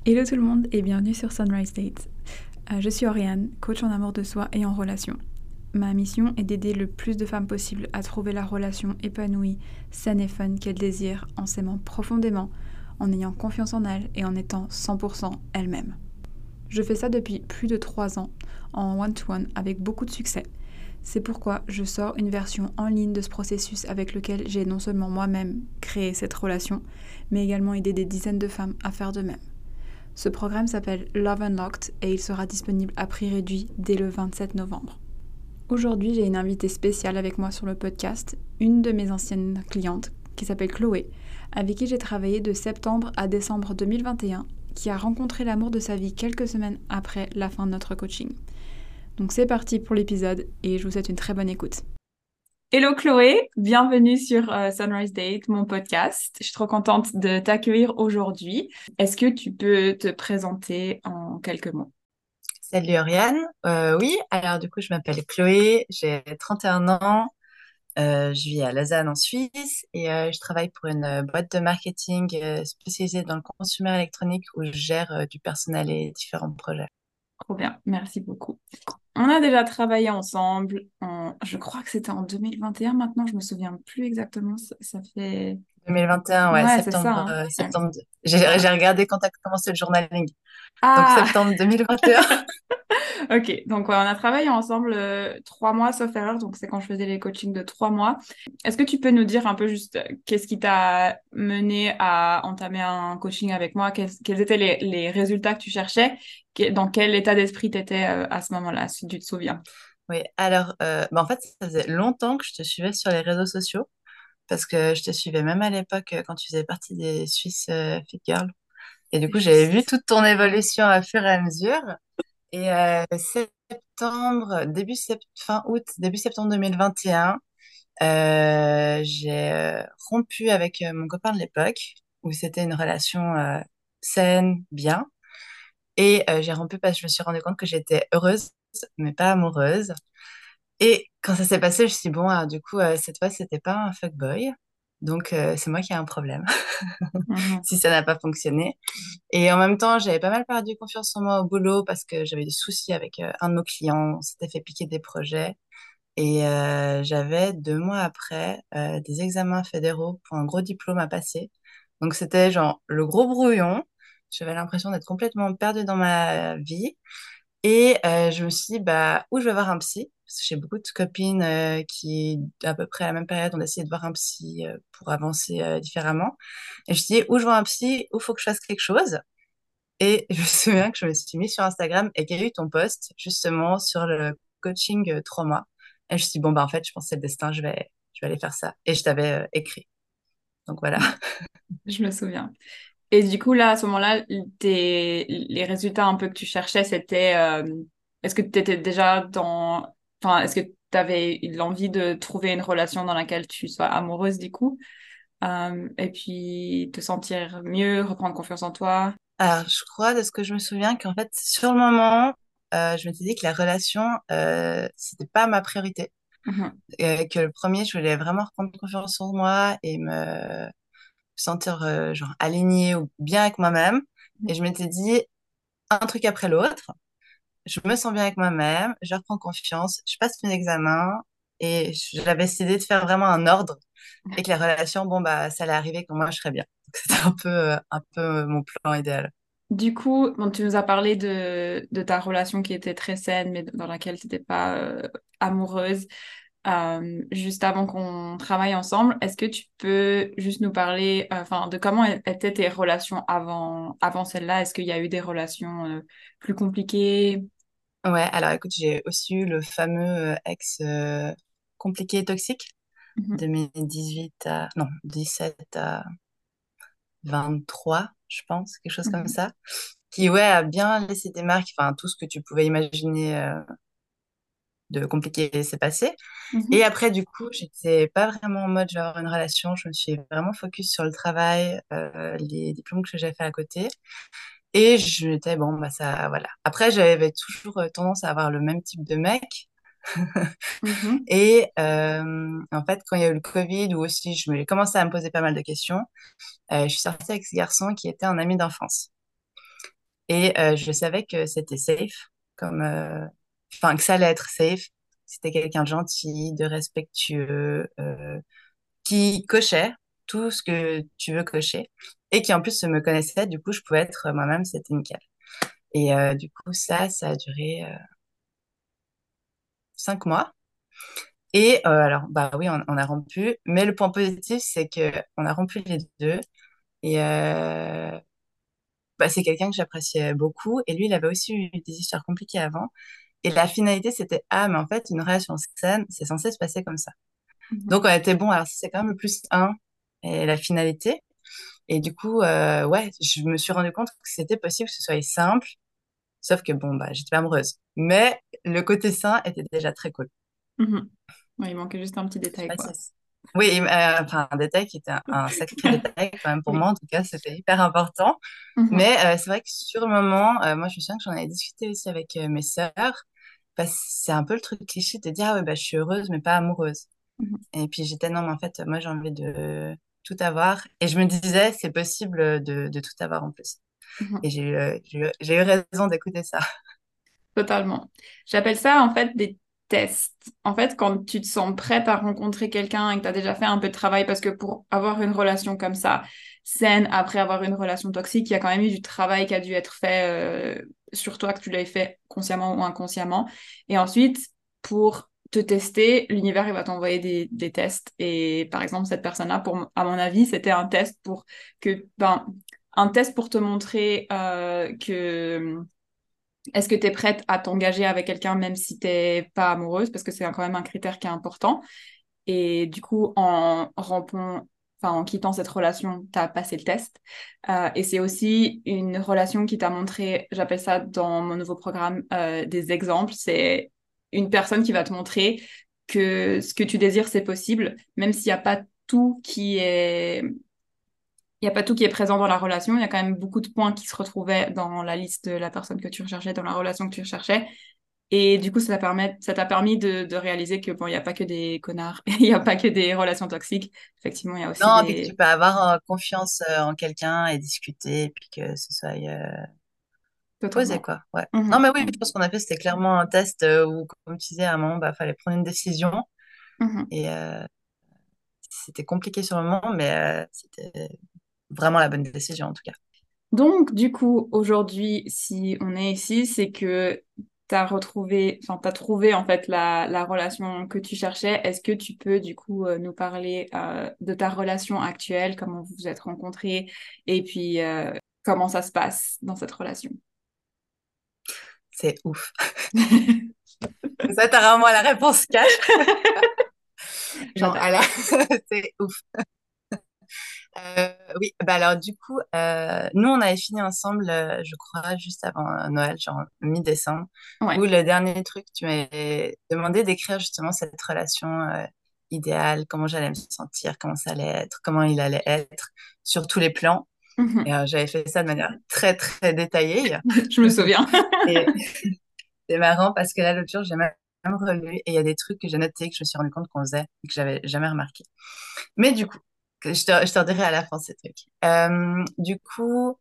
Hello tout le monde et bienvenue sur Sunrise Date. Je suis Oriane, coach en amour de soi et en relation. Ma mission est d'aider le plus de femmes possible à trouver la relation épanouie, saine et fun qu'elles désirent en s'aimant profondément, en ayant confiance en elles et en étant 100% elles-mêmes. Je fais ça depuis plus de 3 ans, en one-to-one avec beaucoup de succès. C'est pourquoi je sors une version en ligne de ce processus avec lequel j'ai non seulement moi-même créé cette relation, mais également aidé des dizaines de femmes à faire de même. Ce programme s'appelle Love Unlocked et il sera disponible à prix réduit dès le 27 novembre. Aujourd'hui, j'ai une invitée spéciale avec moi sur le podcast, une de mes anciennes clientes qui s'appelle Chloé, avec qui j'ai travaillé de septembre à décembre 2021, qui a rencontré l'amour de sa vie quelques semaines après la fin de notre coaching. Donc c'est parti pour l'épisode et je vous souhaite une très bonne écoute. Hello Chloé, bienvenue sur Sunrise Date, mon podcast. Je suis trop contente de t'accueillir aujourd'hui. Est-ce que tu peux te présenter en quelques mots? Salut Oriane. Oui, alors du coup, je m'appelle Chloé, j'ai 31 ans, je vis à Lausanne en Suisse et je travaille pour une boîte de marketing spécialisée dans le consumer électronique où je gère du personnel et différents projets. Trop bien, merci beaucoup. On a déjà travaillé ensemble, je crois que c'était en 2021 maintenant, je me souviens plus exactement, ça fait... 2021, ouais, Ouais, c'est ça, septembre, hein. septembre. J'ai Voilà. regardé quand tu as commencé le journaling, donc Ah, septembre 2021. ok, donc ouais, on a travaillé ensemble 3 mois sauf erreur, donc c'est quand je faisais les coachings de 3 mois. Est-ce que tu peux nous dire un peu juste qu'est-ce qui t'a mené à entamer un coaching avec moi? Quels étaient les résultats que tu cherchais? Dans quel état d'esprit tu étais à ce moment-là, si tu te souviens? Oui, alors, en fait, ça faisait longtemps que je te suivais sur les réseaux sociaux parce que je te suivais même à l'époque quand tu faisais partie des Swiss Fit Girls. Et du coup, j'avais vu Juste. toute ton évolution à fur et à mesure. Et fin août, début septembre 2021, j'ai rompu avec mon copain de l'époque, où c'était une relation saine, bien. Et j'ai rompu parce que je me suis rendu compte que j'étais heureuse, mais pas amoureuse. Et quand ça s'est passé, je me suis dit, bon, alors, du coup, cette fois, c'était pas un fuckboy. Donc, c'est moi qui ai un problème, Mhm. si ça n'a pas fonctionné. Et en même temps, j'avais pas mal perdu confiance en moi au boulot parce que j'avais des soucis avec un de nos clients. On s'était fait piquer des projets. Et j'avais 2 mois après des examens fédéraux pour un gros diplôme à passer. Donc c'était genre le gros brouillon. J'avais l'impression d'être complètement perdue dans ma vie. Et je me suis dit, bah, où je vais voir un psy? Parce que j'ai beaucoup de copines qui, à peu près à la même période, ont essayé de voir un psy pour avancer différemment. Et je me suis dit, où je vois un psy, où faut que je fasse quelque chose? Et je me souviens que je me suis mis sur Instagram et qu'il y a eu ton post justement sur le coaching 3 mois. Et je me suis dit, bon, bah, en fait, je pense que c'est le destin, je vais aller faire ça. Et je t'avais écrit. Donc voilà. Je me souviens. Et du coup, là, à ce moment-là, les résultats un peu que tu cherchais, c'était... est-ce que tu étais déjà dans... Enfin, est-ce que tu avais l'envie de trouver une relation dans laquelle tu sois amoureuse, du coup, et puis te sentir mieux, reprendre confiance en toi? Alors, je crois de ce que je me souviens qu'en fait, sur le moment, je m'étais dit que la relation, c'était pas ma priorité. Mhm, Que le premier, je voulais vraiment reprendre confiance en moi et me sentir genre alignée ou bien avec moi-même. Et je m'étais dit un truc après l'autre. Je me sens bien avec moi-même, je reprends confiance, je passe mes examens et j'avais décidé de faire vraiment un ordre et que la relation, bon, bah, ça allait arriver quand moi je serais bien. Donc, c'était un peu mon plan idéal. Du coup, bon, tu nous as parlé de ta relation qui était très saine, mais dans laquelle tu n'étais pas amoureuse. Juste avant qu'on travaille ensemble, est-ce que tu peux juste nous parler, enfin, de comment étaient tes relations avant celle-là? Est-ce qu'il y a eu des relations plus compliquées? Ouais, alors écoute, j'ai aussi eu le fameux ex compliqué et toxique Mhm, de mes 18 à, non, 17 à 23, je pense, quelque chose comme mhm, ça, qui, ouais, a bien laissé des marques, enfin, tout ce que tu pouvais imaginer de compliqué s'est passé. Et mhm. après, du coup, j'étais pas vraiment en mode genre une relation. Je me suis vraiment focus sur le travail, les diplômes que j'ai fait à côté. Et je m'étais, bon, bah ça, voilà. Après, j'avais toujours tendance à avoir le même type de mec. Mhm. Et en fait, quand il y a eu le Covid, ou aussi je me commencé à me poser pas mal de questions, je suis sortie avec ce garçon qui était un ami d'enfance. Et je savais que c'était safe, comme, enfin, que ça allait être safe. C'était quelqu'un de gentil, de respectueux, qui cochait tout ce que tu veux cocher et qui en plus me connaissait. Du coup, je pouvais être moi-même, c'était nickel. Et du coup, ça a duré 5 mois. Et alors, bah oui, on a rompu. Mais le point positif, c'est que on a rompu les deux. Et bah, c'est quelqu'un que j'appréciais beaucoup. Et lui, il avait aussi eu des histoires compliquées avant. Et la finalité, c'était, ah, mais en fait, une relation saine, c'est censé se passer comme ça. Mhm. Donc, on était bon. Alors, c'est quand même le plus un et la finalité. Et du coup, ouais, je me suis rendu compte que c'était possible que ce soit simple. Sauf que, bon, bah, j'étais pas amoureuse. Mais le côté sain était déjà très cool. Mhm. Ouais, il manquait juste un petit Je sais détail, pas quoi. si oui, enfin, un détail qui était un sacré détail quand même pour Oui. moi, en tout cas, c'était hyper important. Mhm. Mais c'est vrai que sur le moment, moi, je me souviens que j'en avais discuté aussi avec mes sœurs, parce que c'est un peu le truc cliché de dire, ah ouais, bah, je suis heureuse, mais pas amoureuse. Mhm. Et puis j'étais, non, mais en fait, moi, j'ai envie de tout avoir. Et je me disais, c'est possible de tout avoir en plus. Mhm. Et j'ai eu raison d'écouter ça. Totalement. J'appelle ça en fait des tests. En fait, quand tu te sens prête à rencontrer quelqu'un et que tu as déjà fait un peu de travail, parce que pour avoir une relation comme ça, saine, après avoir une relation toxique, il y a quand même eu du travail qui a dû être fait sur toi, que tu l'avais fait consciemment ou inconsciemment. Et ensuite, pour te tester, l'univers il va t'envoyer des tests. Et par exemple, cette personne-là, à mon avis, c'était un test pour un test pour te montrer que est-ce que tu es prête à t'engager avec quelqu'un même si t'es pas amoureuse, parce que c'est quand même un critère qui est important. Et du coup, en quittant cette relation, tu as passé le test. Et c'est aussi une relation qui t'a montré, j'appelle ça dans mon nouveau programme, des exemples. C'est une personne qui va te montrer que ce que tu désires, c'est possible, même s'il n'y a pas tout qui est il n'y a pas tout qui est présent dans la relation, il y a quand même beaucoup de points qui se retrouvaient dans la liste de la personne que tu recherchais, dans la relation que tu recherchais. Et du coup, ça t'a permis de réaliser que bon, il n'y a pas que des connards, il n'y a pas que des relations toxiques. Effectivement, il y a aussi Non, puis que tu des... peux avoir confiance en quelqu'un et discuter, et puis que ce soit posé, Totalement. quoi. Ouais. Non, Mhm, mais oui, je mhm, pense qu'on a fait, c'était clairement un test où, comme tu disais, à un moment, bah, fallait prendre une décision. mhm. Et c'était compliqué sur le moment, mais c'était vraiment la bonne décision, en tout cas. Donc, du coup, aujourd'hui, si on est ici, c'est que t'as trouvé en fait la relation que tu cherchais. Est-ce que tu peux du coup nous parler de ta relation actuelle, comment vous vous êtes rencontrés et puis comment ça se passe dans cette relation? C'est ouf. Ça, t'as vraiment la réponse cash. Genre, J'adore. à la... c'est ouf. Oui, bah alors du coup, nous, on avait fini ensemble, je crois, juste avant Noël, genre mi-décembre, où Ouais. le dernier truc, tu m'avais demandé d'écrire justement cette relation idéale, comment j'allais me sentir, comment ça allait être, comment il allait être, sur tous les plans. Et Mhm. j'avais fait ça de manière très, très détaillée. Je me souviens. Et c'est marrant parce que là, l'autre jour, j'ai même relu et il y a des trucs que j'ai notés que je me suis rendu compte qu'on faisait et que j'avais jamais remarqué. Mais du coup, je te redirai à la fin ces trucs. Du coup,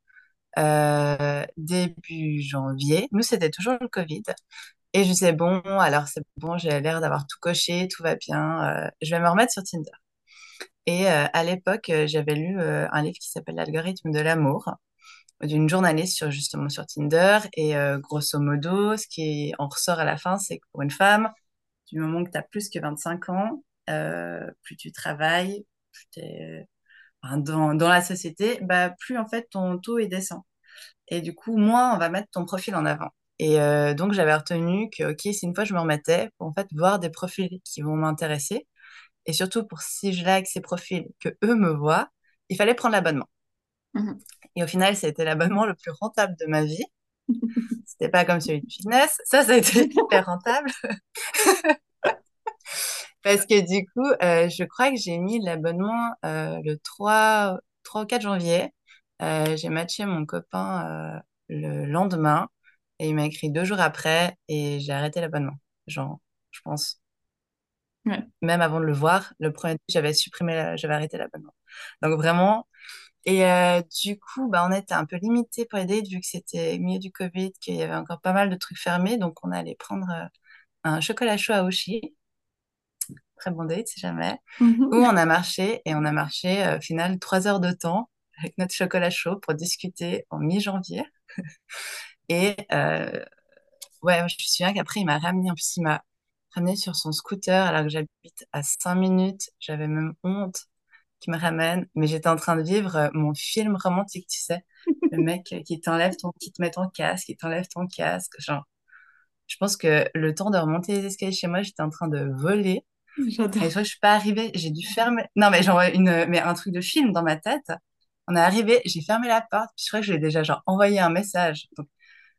début janvier, nous, c'était toujours le Covid. Et je disais, bon, alors c'est bon, j'ai l'air d'avoir tout coché, tout va bien. Je vais me remettre sur Tinder. Et à l'époque, j'avais lu un livre qui s'appelle L'algorithme de l'amour d'une journaliste sur justement sur Tinder. Et grosso modo, ce qui en ressort à la fin, c'est que pour une femme, du moment que tu as plus que 25 ans, plus tu travailles, plus tu es dans la société, bah, plus en fait ton taux est descend. Et du coup, moins on va mettre ton profil en avant. Et donc, j'avais retenu que, OK, si une fois je me remettais, pour en fait voir des profils qui vont m'intéresser, et surtout pour si je like ces profils, que eux me voient, il fallait prendre l'abonnement. Mhm. Et au final, ça a été l'abonnement le plus rentable de ma vie. C'était pas comme celui du fitness. Ça a été hyper rentable. Parce que du coup, je crois que j'ai mis l'abonnement le 3 ou 4 janvier. J'ai matché mon copain le lendemain et il m'a écrit 2 jours après et j'ai arrêté l'abonnement. Genre, je pense, Ouais. même avant de le voir, le premier, j'avais arrêté l'abonnement. Donc vraiment, Et du coup, bah, on était un peu limité pour les dates vu que c'était au milieu du Covid, qu'il y avait encore pas mal de trucs fermés. Donc, on allait prendre un chocolat chaud à Auchy, très bon date si jamais, où Mhm. on a marché et on a marché au final 3 heures de temps avec notre chocolat chaud pour discuter en mi-janvier. Et ouais, je me souviens qu'après, il m'a ramené, en plus, il m'a ramené sur son scooter alors que j'habite à 5 minutes. J'avais même honte qu'il me ramène, mais j'étais en train de vivre mon film romantique, tu sais. Le mec qui te met ton casque, qui t'enlève ton casque. Genre, je pense que le temps de remonter les escaliers chez moi, j'étais en train de voler. Et je J'adore. crois que je suis pas arrivée, j'ai dû fermer. Non, mais genre mais un truc de film dans ma tête. On est arrivé, j'ai fermé la porte, puis je crois que je lui ai déjà genre envoyé un message. Donc,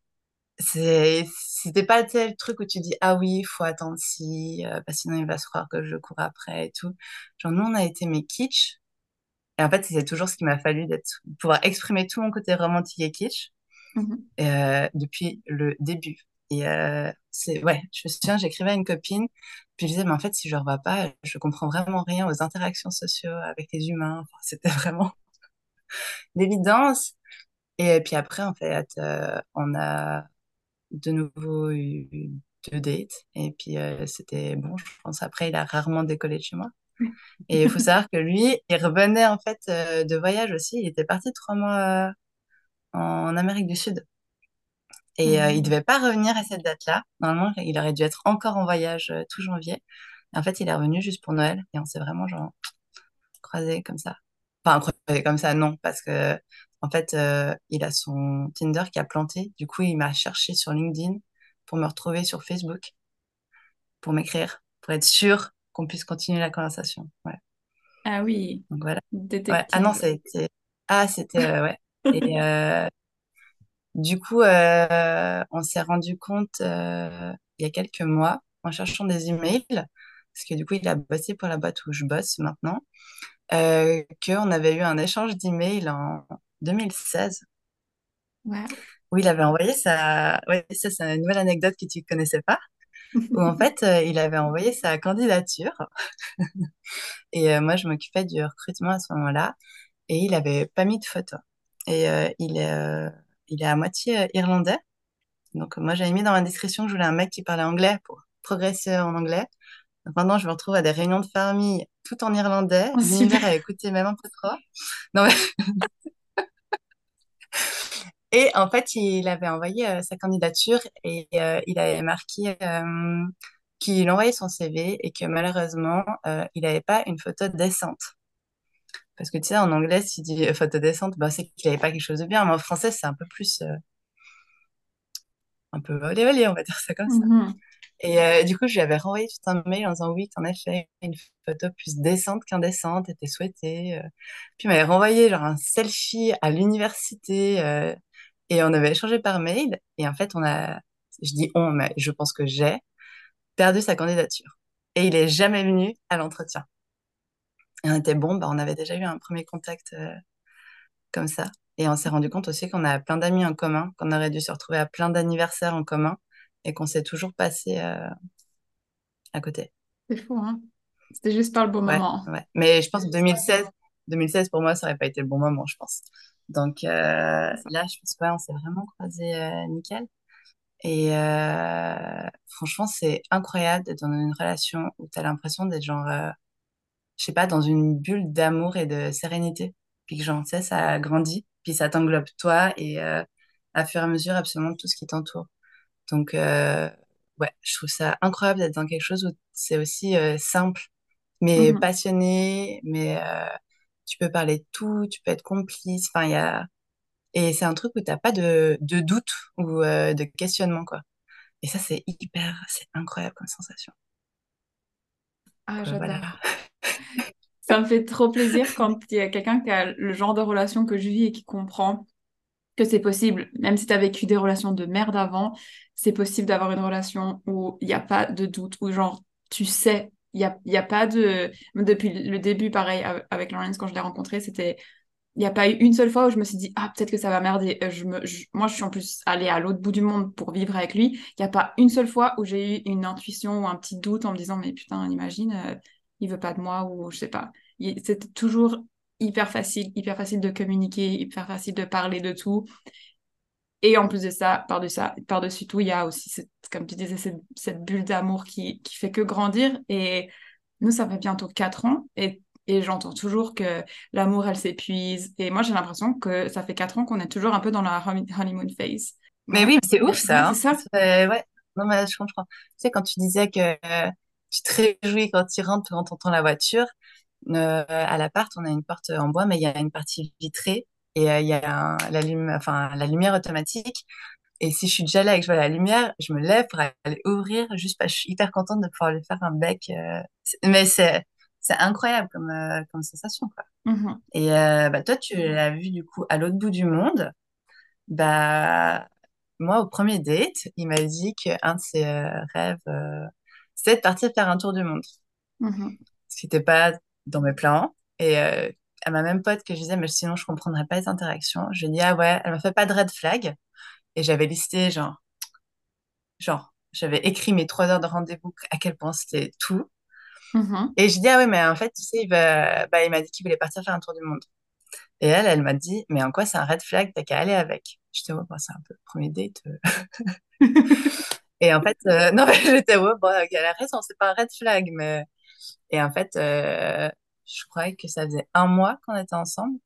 c'était pas tel truc où tu dis, ah oui, il faut attendre si, parce que sinon il va se croire que je cours après et tout. Genre, nous, on a été mes kitsch. Et en fait, c'est toujours ce qu'il m'a fallu pouvoir exprimer tout mon côté romantique et kitsch Mhm. depuis le début. Et ouais, je me souviens, j'écrivais à une copine, puis je disais, mais en fait, si je ne revois pas, je comprends vraiment rien aux interactions sociales avec les humains. Enfin, c'était vraiment l'évidence. Et puis après, en fait, on a de nouveau eu 2 dates. Et puis c'était bon, je pense. Après, il a rarement décollé de chez moi. Et il faut savoir que lui, il revenait en fait de voyage aussi. Il était parti 3 mois en Amérique du Sud. Et il Mhm. devait pas revenir à cette date-là. Normalement, il aurait dû être encore en voyage tout janvier. Et en fait, il est revenu juste pour Noël. Et on s'est vraiment genre croisés comme ça. Enfin, croisés comme ça, non, parce que en fait, il a son Tinder qui a planté. Du coup, il m'a cherché sur LinkedIn pour me retrouver sur Facebook, pour m'écrire, pour être sûr qu'on puisse continuer la conversation. Ouais. Ah oui, Donc voilà. Ouais. Ah non, détective. c'était. Ah, c'était. Ouais. Et du coup, on s'est rendu compte il y a quelques mois, en cherchant des emails, parce que du coup, il a bossé pour la boîte où je bosse maintenant, qu'on avait eu un échange d'emails en 2016, Wow. où il avait envoyé sa... Ouais, ça, c'est une nouvelle anecdote que tu ne connaissais pas, où en fait, il avait envoyé sa candidature, et moi, je m'occupais du recrutement à ce moment-là, et il avait pas mis de photo. Et il est à moitié irlandais. Donc, moi, j'avais mis dans ma description que je voulais un mec qui parlait anglais pour progresser en anglais. Donc, maintenant, je me retrouve à des réunions de famille tout en irlandais. Oh, super. L'univers a écouté même un peu trop. Non, mais- Et en fait, il avait envoyé sa candidature et il avait marqué qu'il envoyait son CV et que malheureusement, il n'avait pas une photo décente. Parce que tu sais, en anglais, s'il dit photo décente, bah, c'est qu'il n'avait pas quelque chose de bien. Mais en français, c'est un peu plus, un peu olé olé, on va dire ça comme ça. Mhm. Et du coup, je lui avais renvoyé tout un mail en disant oui, en effet, une photo plus décente qu'indécente était souhaitée. Puis il m'avait renvoyé genre un selfie à l'université et on avait échangé par mail. Et en fait, je dis on, mais je pense que j'ai perdu sa candidature. Et il est jamais venu à l'entretien. Et on était bon, bah, on avait déjà eu un premier contact comme ça. Et on s'est rendu compte aussi qu'on a plein d'amis en commun, qu'on aurait dû se retrouver à plein d'anniversaires en commun et qu'on s'est toujours passé à côté. C'est fou, hein? C'était juste pas le bon Ouais, moment. ouais. Mais je pense que 2016 pour moi, ça aurait pas été le bon moment, je pense. Donc là, C'est ça. je pense pas, on s'est vraiment croisés nickel. Et franchement, c'est incroyable d'être dans une relation où tu as l'impression d'être genre, je sais pas, dans une bulle d'amour et de sérénité. Puis que genre, tu sais, ça grandit, puis ça t'englobe toi et à fur et à mesure, absolument tout ce qui t'entoure. Donc, ouais, je trouve ça incroyable d'être dans quelque chose où c'est aussi simple mais Mhm. passionné, mais tu peux parler de tout, tu peux être complice. Enfin, il y a... Et c'est un truc où t'as pas de doute ou de questionnement, quoi. Et ça, c'est incroyable comme sensation. Ah, Donc, voilà. j'adore. Ça me fait trop plaisir quand il y a quelqu'un qui a le genre de relation que je vis et qui comprend que c'est possible, même si tu as vécu des relations de merde avant, c'est possible d'avoir une relation où il n'y a pas de doute, où genre, tu sais, il y a pas de... Depuis le début, pareil, avec Lawrence, quand je l'ai rencontré, c'était... Il n'y a pas eu une seule fois où je me suis dit, ah, peut-être que ça va merder. Moi, je suis en plus allée à l'autre bout du monde pour vivre avec lui. Il n'y a pas une seule fois où j'ai eu une intuition ou un petit doute en me disant, mais putain, imagine, il veut pas de moi ou je sais pas. C'était toujours hyper facile de communiquer, hyper facile de parler de tout. Et en plus de ça, par-dessus tout, il y a aussi, comme tu disais, cette bulle d'amour qui fait que grandir. Et nous, ça fait bientôt 4 ans. Et j'entends toujours que l'amour, elle s'épuise. Et moi, j'ai l'impression que ça fait 4 ans qu'on est toujours un peu dans la honeymoon phase. Mais Ouais, oui, mais c'est ouf ouais, ça, c'est hein. ça. Ouais, non, mais je comprends. Tu sais, quand tu disais que tu te réjouis quand tu rentres, quand tu entends la voiture, à l'appart, on a une porte en bois, mais il y a une partie vitrée et il y a enfin, la lumière automatique. Et si je suis déjà là et que je vois la lumière, je me lève pour aller ouvrir, juste parce que je suis hyper contente de pouvoir lui faire un bec. Mais c'est incroyable comme sensation, quoi. Mhm, Et bah, toi, tu l'as vu du coup à l'autre bout du monde. Bah, moi, au premier date, il m'a dit qu'un de ses rêves, c'était de partir faire un tour du monde. mhm. Ce qui n'était pas dans mes plans. Et à ma même pote que je disais, mais sinon, je ne comprendrais pas les interactions, je lui ai dit, ah ouais, elle m'a fait pas de red flag. Et j'avais listé, j'avais écrit mes 3 heures de rendez-vous, à quel point c'était tout. Mhm. Et je dis, ah ouais, mais en fait, tu sais, il m'a dit qu'il voulait partir faire un tour du monde. Et elle m'a dit, mais en quoi c'est un red flag, t'as qu'à aller avec. J'étais, ouais, bon, c'est un peu le premier date. Et en fait, non, mais j'étais, ouais, bon, elle a raison, c'est pas un red flag, mais. Et en fait, je croyais que ça faisait un mois qu'on était ensemble,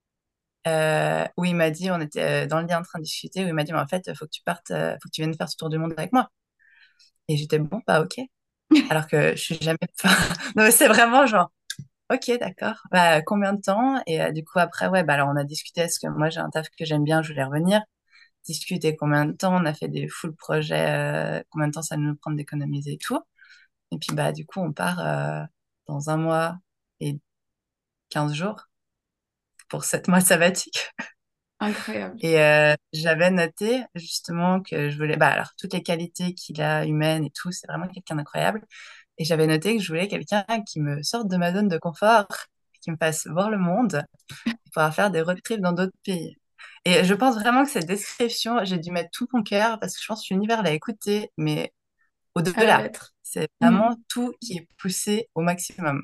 où il m'a dit, on était dans le lit en train de discuter, où il m'a dit, mais en fait, faut que tu partes, faut que tu viennes faire ce tour du monde avec moi. Et j'étais, bon, bah, ok. Alors que je suis jamais. Non, mais c'est vraiment genre, ok, d'accord. Bah, combien de temps? Et du coup, après, ouais, bah, alors on a discuté, parce que moi, j'ai un taf que j'aime bien, je voulais revenir. Discuter combien de temps, on a fait des full projets, combien de temps ça nous prend d'économiser et tout. Et puis, bah, du coup, on part dans un mois et 15 jours pour 7 mois sabbatiques. Incroyable. Et j'avais noté justement que je voulais, bah, alors, toutes les qualités qu'il a humaines et tout, c'est vraiment quelqu'un d'incroyable. Et j'avais noté que je voulais quelqu'un qui me sorte de ma zone de confort, qui me fasse voir le monde, pour pouvoir faire des road trips dans d'autres pays. Et je pense vraiment que cette description, j'ai dû mettre tout mon cœur parce que je pense que l'univers l'a écouté, mais À la au-delà. lettre. C'est Mm. vraiment tout qui est poussé au maximum.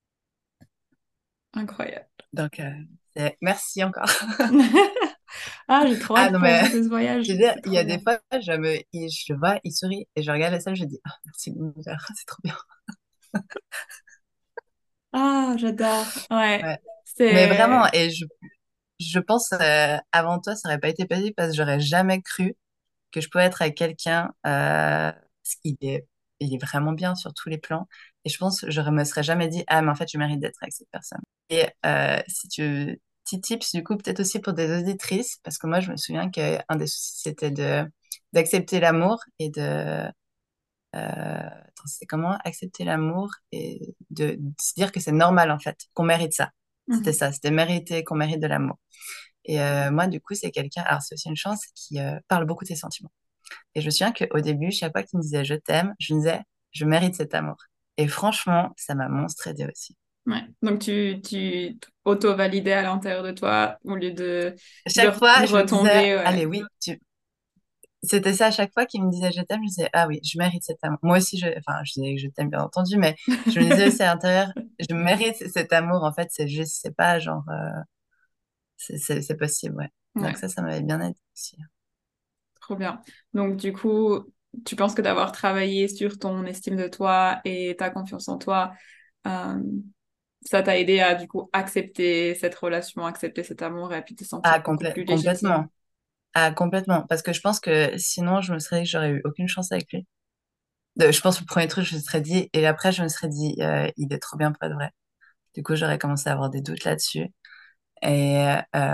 Incroyable. Donc, merci encore. Ah, j'ai trop Ah hâte non, pour mais vous de ce je voyage. veux dire, C'est il y trop a des bien. fois, je le vois, il sourit et je regarde la salle, je dis, ah, merci l'univers, c'est trop bien. Ah, j'adore. Ouais. Ouais. Mais vraiment, C'est... et je pense, avant toi, ça aurait pas été possible parce que j'aurais jamais cru que je pouvais être avec quelqu'un, parce il est vraiment bien sur tous les plans. Et je pense que je me serais jamais dit, ah, mais en fait, je mérite d'être avec cette personne. Et si tu, petit tips, du coup, peut-être aussi pour des auditrices, parce que moi, je me souviens qu'un des soucis, c'était d'accepter l'amour et attends, c'est comment accepter l'amour et de se dire que c'est normal, en fait, qu'on mérite ça. C'était Mhm. ça, c'était mériter qu'on mérite de l'amour. Et moi, du coup, c'est quelqu'un, alors c'est aussi une chance, qui parle beaucoup de ses sentiments. Et je me souviens qu'au début, chaque fois qu'il me disait je t'aime, je me disais je mérite cet amour. Et franchement, ça m'a monstre aidé aussi. Ouais. Donc, tu auto-validais à l'intérieur de toi au lieu Chaque fois, de je me disais, retomber. allez, Ouais. oui, c'était ça, à chaque fois qu'il me disait je t'aime, je disais, ah oui, je mérite cet amour. Moi aussi, enfin, je disais que je t'aime, bien entendu, mais je me disais aussi à l'intérieur, je mérite cet amour. En fait, c'est juste, c'est pas genre, c'est possible, ouais. Donc Ouais, ça m'avait bien aidé aussi. trop bien. Donc, du coup, tu penses que d'avoir travaillé sur ton estime de toi et ta confiance en toi, euh, ça t'a aidé à, du coup, accepter cette relation, accepter cet amour et puis te sentir Ah, beaucoup plus légitime. complètement. Ah, complètement. Parce que je pense que sinon, je me serais dit que j'aurais eu aucune chance avec lui. Je pense que le premier truc, je me serais dit, et après, je me serais dit, il est trop bien pour être vrai. Du coup, j'aurais commencé à avoir des doutes là-dessus. Et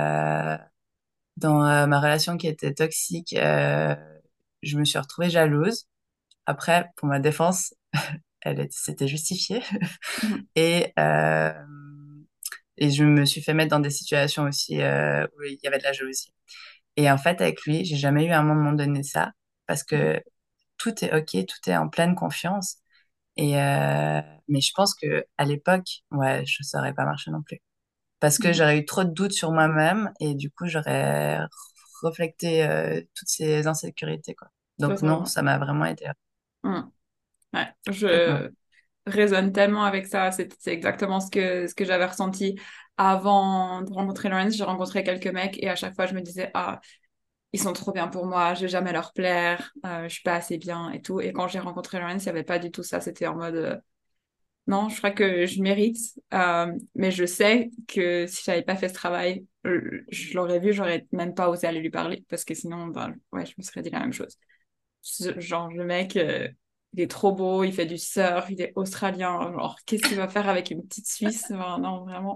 dans ma relation qui était toxique, je me suis retrouvée jalouse. Après, pour ma défense, c'était justifié. Mhm. Et, euh, et je me suis fait mettre dans des situations aussi où il y avait de la jalousie. Et en fait, avec lui, j'ai jamais eu à un moment donné ça parce que tout est OK, tout est en pleine confiance. Mais je pense que à l'époque, ouais, je saurais pas marcher non plus. Parce que Mhm. j'aurais eu trop de doutes sur moi-même et du coup, j'aurais reflété toutes ces insécurités, quoi. Donc non, Totalement. ça m'a vraiment aidé. Mhm. Ouais, Complètement. je résonne tellement avec ça. C'est exactement ce que j'avais ressenti. avant de rencontrer Lawrence, j'ai rencontré quelques mecs et à chaque fois, je me disais, ah, ils sont trop bien pour moi, je vais jamais leur plaire, je suis pas assez bien et tout. Et quand j'ai rencontré Lawrence, il y avait pas du tout ça. C'était en mode, non, je crois que je mérite, mais je sais que si j'avais pas fait ce travail, je l'aurais vu, j'aurais même pas osé aller lui parler parce que sinon, ben, ouais, je me serais dit la même chose. Genre, le mec, il est trop beau, il fait du surf, il est australien. Genre, qu'est-ce qu'il va faire avec une petite Suisse? Enfin, non, vraiment.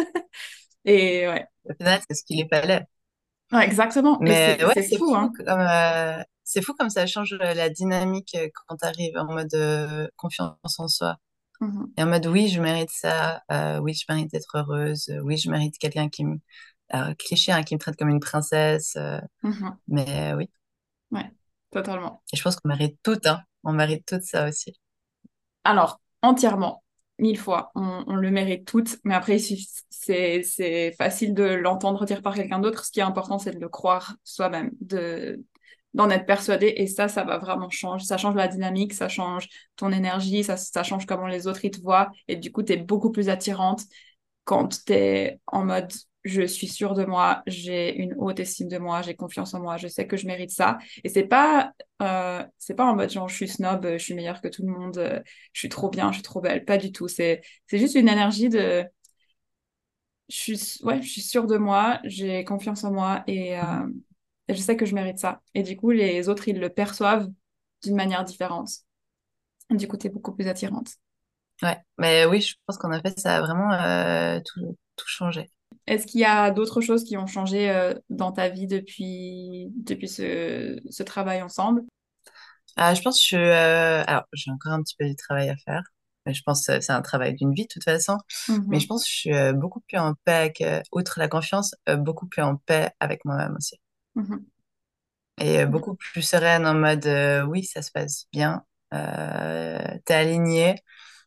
Et ouais. Au final, c'est ce qu'il est fallait. Ouais, exactement. Et Mais ouais, c'est fou, hein. c'est fou comme ça change la dynamique quand tu arrives en mode confiance en soi. Mhm, Et en mode oui, je mérite ça, oui, je mérite d'être heureuse, oui, je mérite quelqu'un qui me... cliché, hein, qui me traite comme une princesse. mhm. Mais oui, Ouais, totalement. et je pense qu'on mérite tout, hein. On mérite tout ça aussi. Alors, entièrement, mille fois, on le mérite toutes, mais après, c'est facile de l'entendre dire par quelqu'un d'autre. Ce qui est important, c'est de le croire soi-même, d'en être persuadé, et ça va vraiment changer. Ça change la dynamique, ça change ton énergie, ça change comment les autres ils te voient, et du coup, t'es beaucoup plus attirante quand t'es en mode je suis sûre de moi, j'ai une haute estime de moi, j'ai confiance en moi, je sais que je mérite ça. Et c'est pas en mode genre je suis snob, je suis meilleure que tout le monde, je suis trop bien, je suis trop belle. Pas du tout. C'est juste une énergie de ouais, je suis sûre de moi, j'ai confiance en moi et je sais que je mérite ça. Et du coup, les autres, ils le perçoivent d'une manière différente. Du coup, t'es beaucoup plus attirante. Ouais, mais oui, je pense qu'en effet, ça a vraiment tout changé. Est-ce qu'il y a d'autres choses qui ont changé dans ta vie depuis ce travail ensemble? Je pense que alors, j'ai encore un petit peu du travail à faire. Mais je pense que c'est un travail d'une vie, de toute façon. Mais je Mhm, pense que je suis beaucoup plus en paix avec, outre la confiance, beaucoup plus en paix avec moi-même aussi. mhm, Et beaucoup plus sereine en mode, oui, ça se passe bien. T'es aligné.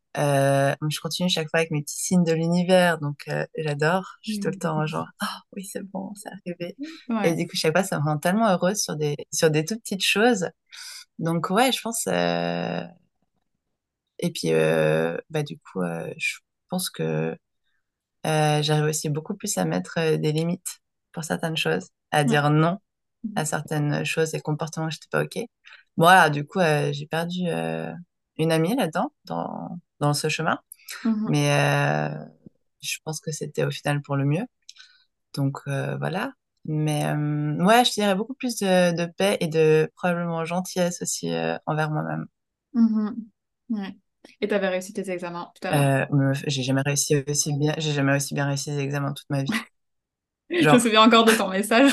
Je continue chaque fois avec mes petits signes de l'univers, donc j'adore. Je suis tout le temps mhm. genre, ah oui, c'est bon, c'est arrivé. Et Ouais. du coup, chaque fois, ça me rend tellement heureuse sur des toutes petites choses. Donc ouais, je pense. Et puis, bah, du coup, je pense que j'arrive aussi beaucoup plus à mettre des limites pour certaines choses, à Ouais. dire non à Mhm, certaines choses et comportements que j'étais pas OK. Bon, voilà, du coup, j'ai perdu une amie là-dedans, dans ce chemin. mhm, Mais je pense que c'était au final pour le mieux. Donc voilà. Mais ouais, je dirais beaucoup plus de paix et de probablement gentillesse aussi envers moi-même. mhm. Ouais. Et tu avais réussi tes examens tout à l'heure. J'ai jamais réussi aussi bien, j'ai jamais aussi bien réussi les examens toute ma vie. Je me Genre, souviens encore de ton message.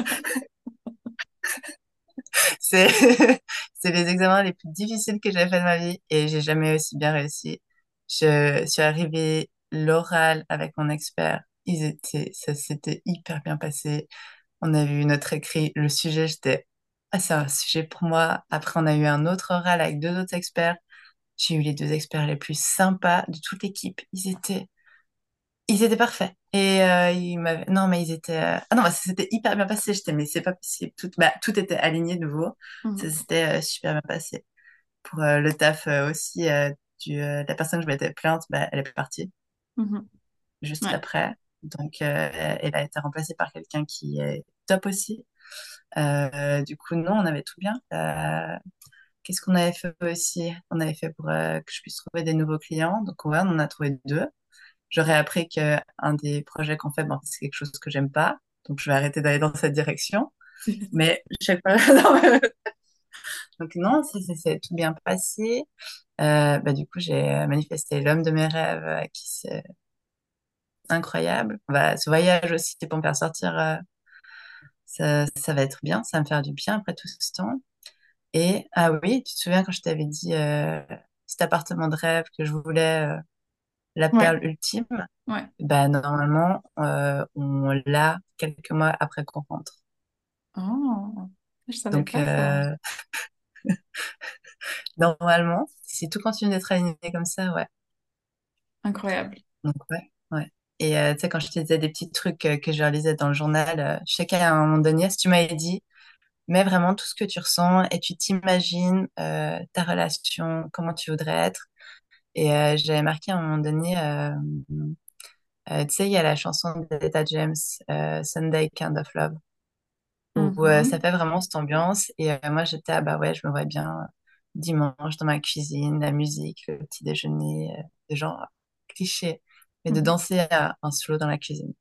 c'est c'est les examens les plus difficiles que j'ai fait de ma vie et j'ai jamais aussi bien réussi. Je suis arrivée l'oral avec mon expert. Ça s'était hyper bien passé. On a vu notre écrit, le sujet, j'étais, ah, c'est un sujet pour moi. Après, on a eu un autre oral avec deux autres experts. J'ai eu les deux experts les plus sympas de toute l'équipe. Ils étaient parfaits. Et ils m'avaient, non, mais ils étaient, ah non, bah, ça s'était hyper bien passé. J'étais, mais c'est pas possible. Tout était aligné de nouveau. Ça Mhm, s'était super bien passé. Pour le taf aussi, la personne que je m'étais plainte, bah, elle est partie mhm. juste Ouais. après. Donc, elle a été remplacée par quelqu'un qui est top aussi. Du coup, non, on avait tout bien. Qu'est-ce qu'on avait fait aussi? On avait fait pour que je puisse trouver des nouveaux clients. Donc, ouais, on en a trouvé deux. J'aurais appris qu'un des projets qu'on fait, bon, c'est quelque chose que j'aime pas. Donc, je vais arrêter d'aller dans cette direction. Mais chaque fois, non, donc non, ça s'est tout bien passé. Bah, du coup, j'ai manifesté l'homme de mes rêves qui c'est incroyable. Bah, ce voyage aussi pour me faire sortir, ça va être bien. Ça va me faire du bien après tout ce temps. Et ah oui, tu te souviens quand je t'avais dit cet appartement de rêve que je voulais, la Ouais. perle ultime, Ouais. bah normalement on l'a quelques mois après qu'on rentre. Oh, je savais Donc pas ça. normalement, si tout continue d'être aligné comme ça, ouais. Incroyable. Donc ouais, ouais. Et tu sais quand je te disais des petits trucs que je réalisais dans le journal, je sais qu'à un moment donné, si tu m'avais dit, mets vraiment tout ce que tu ressens et tu t'imagines ta relation, comment tu voudrais être. Et j'avais marqué à un moment donné, Tu sais, il y a la chanson d'Etta James, Sunday Kind of Love, où ça Mhm. fait vraiment cette ambiance. Et moi, j'étais, ah bah ouais, je me vois bien dimanche dans ma cuisine, la musique, le petit déjeuner, des gens clichés, mais de Mhm. danser à un slow dans la cuisine.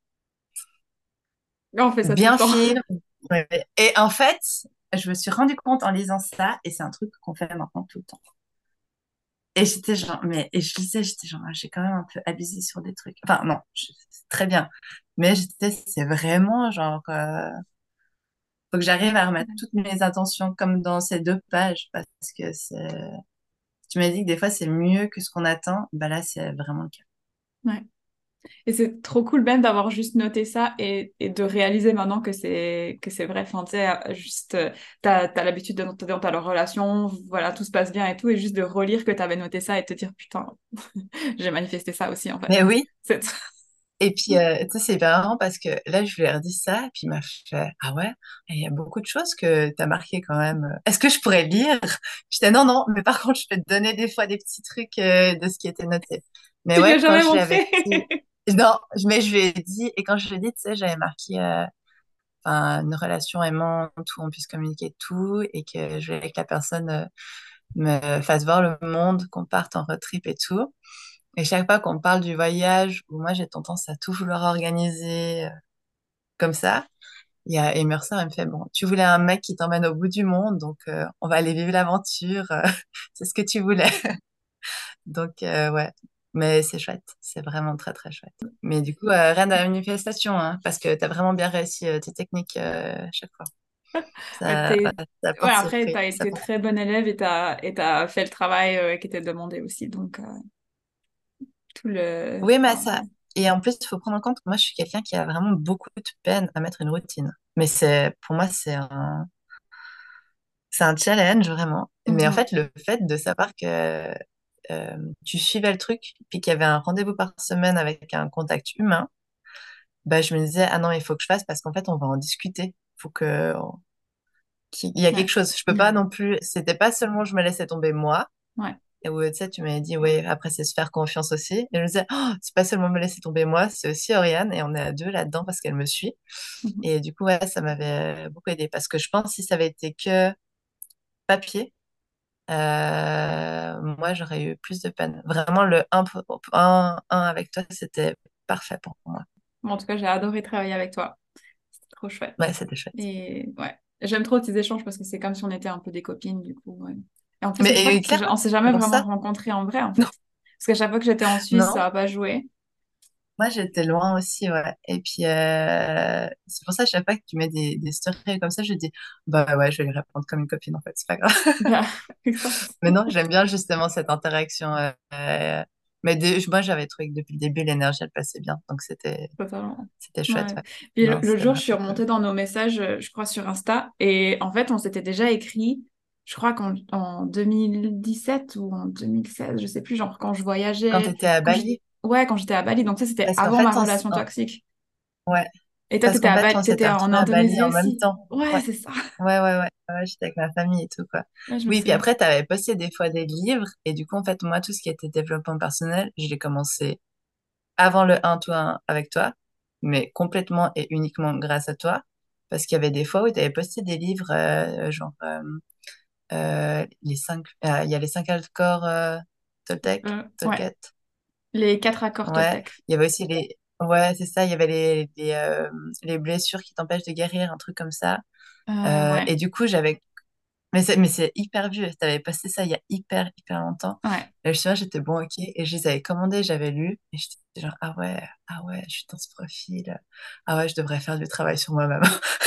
On fait ça tout le Bien temps. film. Ouais. Et en fait, je me suis rendu compte en lisant ça, et c'est un truc qu'on fait maintenant tout le temps. Et j'étais genre, mais, et je lisais, j'étais genre, ah, j'ai quand même un peu abusé sur des trucs. Enfin, non, c'est très bien. Mais j'étais, c'est vraiment genre, faut que j'arrive à remettre toutes mes attentions comme dans ces 2 pages, parce que tu m'as dit que des fois c'est mieux que ce qu'on attend. Bah là, c'est vraiment le cas. Ouais. Et c'est trop cool même d'avoir juste noté ça et de réaliser maintenant que c'est vrai. Enfin, tu sais, juste, t'as l'habitude de noter dans ta relation, voilà, tout se passe bien et tout, et juste de relire que t'avais noté ça et te dire, putain, j'ai manifesté ça aussi, en fait. Mais oui. C'est... Et puis, tu sais, c'est hyper marrant parce que là, je lui ai redit ça, et puis il m'a fait, ah ouais, il y a beaucoup de choses que tu as marquées quand même. Est-ce que je pourrais lire? J'étais, non, non, mais par contre, je peux te donner des fois des petits trucs de ce qui était noté. Mais Tu lui as ouais, quand jamais je lui avais montré? dit, non, mais je lui ai dit, et quand je lui ai dit, tu sais, j'avais marqué enfin, une relation aimante où on puisse communiquer tout, et que je voulais que la personne me fasse voir le monde, qu'on parte en road trip et tout. Et chaque fois qu'on parle du voyage, où moi j'ai tendance à tout vouloir organiser comme ça, il y a Emerson, elle me fait, bon, tu voulais un mec qui t'emmène au bout du monde, donc on va aller vivre l'aventure, c'est ce que tu voulais. Donc ouais, mais c'est chouette, c'est vraiment très très chouette. Mais du coup, rien de la manifestation, hein, parce que tu as vraiment bien réussi tes techniques chaque fois. Ouais, Ça, ça ouais, porte ses après, fruits. t'as Ça été porte- très bonne élève et t'as fait le travail qui était demandé aussi. Donc, tout le... Oui, mais enfin, ça. Et en plus, il faut prendre en compte que moi, je suis quelqu'un qui a vraiment beaucoup de peine à mettre une routine. Mais pour moi, c'est un challenge vraiment. Mais en mhm. fait, le fait de savoir que tu suivais le truc, puis qu'il y avait un rendez-vous par semaine avec un contact humain, bah, je me disais, ah non, il faut que je fasse parce qu'en fait, on va en discuter. Il faut qu'il y a quelque Ouais. chose. Je peux pas non plus. C'était pas seulement je me laissais tomber moi. Ouais. Et où, tu sais, tu m'avais dit, oui, après, c'est se faire confiance aussi. Et je me disais, oh, c'est pas seulement me laisser tomber moi, c'est aussi Oriane. Et on est à 2 là-dedans parce qu'elle me suit. Mhm. Et du coup, ouais, ça m'avait beaucoup aidé. Parce que je pense que si ça avait été que papier, moi, j'aurais eu plus de peine. Vraiment, le un avec toi, c'était parfait pour moi. Bon, en tout cas, j'ai adoré travailler avec toi. C'était trop chouette. Ouais, c'était chouette. Et ouais, j'aime trop tes échanges parce que c'est comme si on était un peu des copines, du coup. Ouais. Et en plus, Mais je crois et clairement, on s'est c'est jamais pour vraiment ça. rencontrés en vrai, en fait. Parce qu'à chaque fois que j'étais en Suisse, ça Non, n'a pas joué. moi, j'étais loin aussi, ouais. Et puis, c'est pour ça, à chaque fois que tu mets des stories comme ça, je dis, bah ouais, je vais lui répondre comme une copine, en fait, c'est pas grave. Bah, exact. Mais non, j'aime bien justement cette interaction. Mais moi, j'avais trouvé que depuis le début, l'énergie, elle passait bien. Donc, Totalement. c'était chouette. Ouais. Ouais. Puis Non, l'autre c'était jour, je suis vraiment cool. remontée dans nos messages, je crois, sur Insta. Et en fait, on s'était déjà écrit, je crois qu'en 2017 ou en 2016, je sais plus, genre quand je Quand voyageais, tu étais à quand Bali, ouais, quand j'étais à Bali. Donc ça, c'était parce qu'en avant ma fait, relation toxique. ouais, Et toi, parce t'étais qu'en à fait, Bali, on s'était t'étais en retrouvés à Bali Indonésie en même aussi. temps. Ouais, Ouais, c'est ça. ouais, ouais, ouais. Ouais, j'étais avec ma famille et tout, quoi. Ouais, je me Oui, puis souviens. après, tu avais posté des fois des livres. Et du coup, en fait, moi, tout ce qui était développement personnel, je l'ai commencé avant le 1-to-1 avec toi, mais complètement et uniquement grâce à toi. Parce qu'il y avait des fois où tu avais posté des livres, genre il y a les 5 accords Toltec, Ouais, Tolkien. les 4 accords Ouais, Toltec. il y avait aussi ouais, c'est ça, il y avait les blessures qui t'empêchent de guérir, un truc comme ça. Ouais, Et du coup, mais c'est hyper vieux, tu avais posté ça il y a hyper, hyper longtemps. ouais. Et je me souviens, j'étais bon, ok, et je les avais commandés, j'avais lu, et j'étais genre, ah ouais, je suis dans ce profil. Ah ouais, je devrais faire du travail sur moi-même.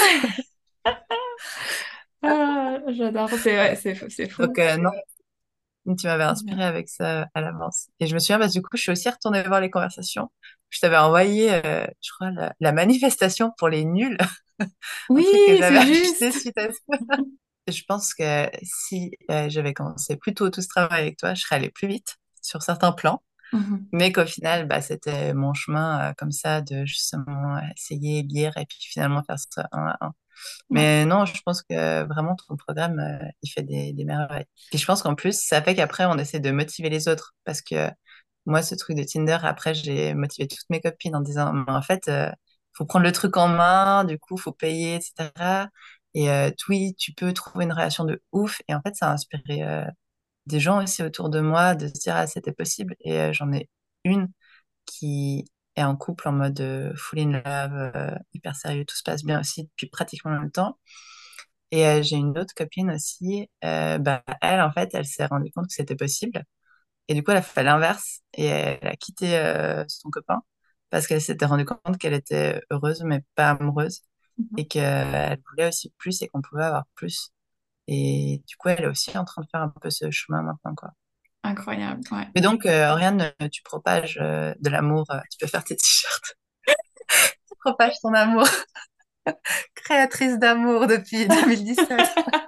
Ah, j'adore. C'est ouais, c'est Donc, fou. non, tu m'avais inspiré avec ça à l'avance. Et je me souviens, parce que du coup, je suis aussi retournée voir les conversations. Je t'avais envoyé, je crois, la manifestation pour les nuls, un Oui, truc que j'avais c'est acheté juste. suite à ça. Et je pense que si j'avais commencé plus tôt tout ce travail avec toi, je serais allée plus vite sur certains plans. Mhm. Mais qu'au final, bah, c'était mon chemin comme ça de justement essayer, lire et puis finalement faire ça un à un. Ouais. Mais non, je pense que vraiment ton programme, il fait des merveilles. Puis je pense qu'en plus, ça fait qu'après, on essaie de motiver les autres parce que moi, ce truc de Tinder, après, j'ai motivé toutes mes copines en disant, mais en fait, faut prendre le truc en main, du coup, faut payer, etc. Et oui, tu peux trouver une relation de ouf. Et en fait, ça a inspiré des gens aussi autour de moi de se dire, ah, c'était possible. Et j'en ai une qui est en couple en mode full in love, hyper sérieux, tout se passe bien aussi depuis pratiquement le même temps. Et j'ai une autre copine aussi, bah, elle, en fait, elle s'est rendue compte que c'était possible. Et du coup, elle a fait l'inverse et elle a quitté son copain parce qu'elle s'était rendue compte qu'elle était heureuse mais pas amoureuse Mhm. et qu'elle voulait aussi plus et qu'on pouvait avoir plus. Et du coup, elle est aussi en train de faire un peu ce chemin maintenant, quoi. Incroyable, ouais. Et donc, Oriane, tu propages de l'amour, tu peux faire tes t-shirts. Tu propages ton amour, créatrice d'amour depuis 2017.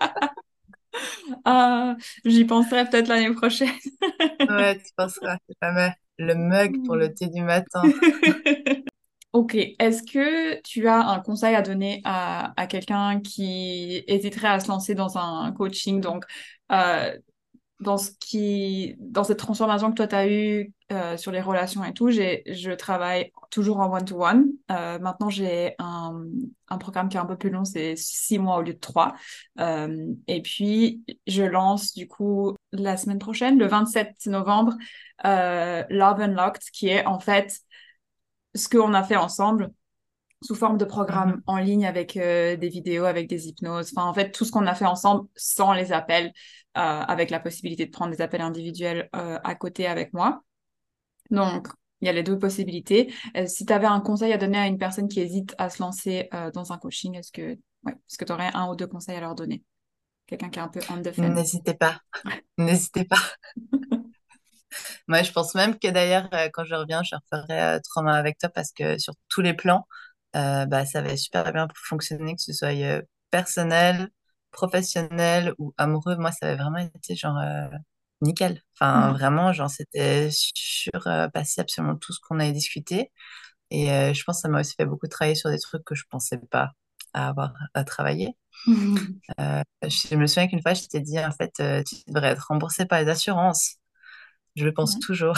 Ah, j'y penserai peut-être l'année prochaine. Ouais, tu penseras, c'est pas mal. Le mug pour le thé du matin. Ok, est-ce que tu as un conseil à donner à quelqu'un qui hésiterait à se lancer dans un coaching, donc euh, dans cette transformation que toi tu as eue sur les relations et tout, je travaille toujours en one-to-one. Maintenant, j'ai un programme qui est un peu plus long, c'est 6 mois au lieu de 3. Et puis, je lance du coup la semaine prochaine, le 27 novembre, Love Unlocked, qui est en fait ce qu'on a fait ensemble sous forme de Mhm. programme en ligne avec des vidéos, avec des hypnoses. Enfin, en fait, tout ce qu'on a fait ensemble sans les appels, avec la possibilité de prendre des appels individuels à côté avec moi. Donc, il y a les deux possibilités. Si tu avais un conseil à donner à une personne qui hésite à se lancer dans un coaching, est-ce que tu aurais un ou deux conseils à leur donner? Quelqu'un qui est un peu on the fence. N'hésitez pas, n'hésitez pas. Moi, je pense même que d'ailleurs, quand je reviens, je referai 3 mois avec toi parce que sur tous les plans, bah, ça va super bien fonctionner, que ce soit personnel, professionnel ou amoureux. Moi, ça avait vraiment été genre nickel. Enfin, Mhm. vraiment, genre, c'était surpassé absolument tout ce qu'on avait discuté. Et je pense que ça m'a aussi fait beaucoup travailler sur des trucs que je pensais pas avoir à travailler. Mhm. Je me souviens qu'une fois, je t'ai dit, en fait, tu devrais être remboursé par les assurances. Je le pense Ouais. toujours.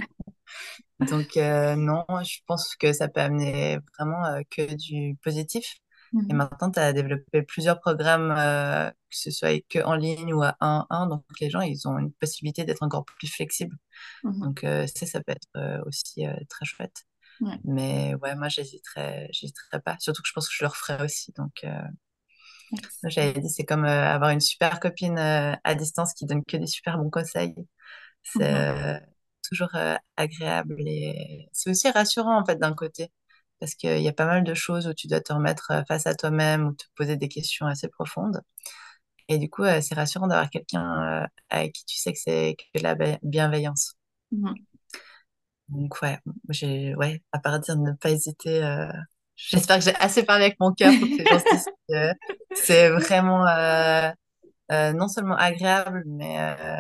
Donc, non, je pense que ça peut amener vraiment que du positif. Et Mhm. maintenant, tu as développé plusieurs programmes, que ce soit que en ligne ou à 1-1. Donc, les gens, ils ont une possibilité d'être encore plus flexibles. Mhm. Donc, ça peut être aussi très chouette. Ouais. Mais ouais, moi, j'hésiterais pas. Surtout que je pense que je le referai aussi. Donc, moi, Excellent. j'avais dit, c'est comme avoir une super copine à distance qui donne que des super bons conseils. C'est Mhm. toujours agréable et c'est aussi rassurant en fait d'un côté parce qu'il y a pas mal de choses où tu dois te remettre face à toi-même ou te poser des questions assez profondes. Et du coup, c'est rassurant d'avoir quelqu'un avec qui tu sais que c'est que de la bienveillance. Mhm. Donc ouais, ouais, à part dire ne pas hésiter, j'espère que j'ai assez parlé avec mon cœur pour que les gens se disent que c'est vraiment non seulement agréable, mais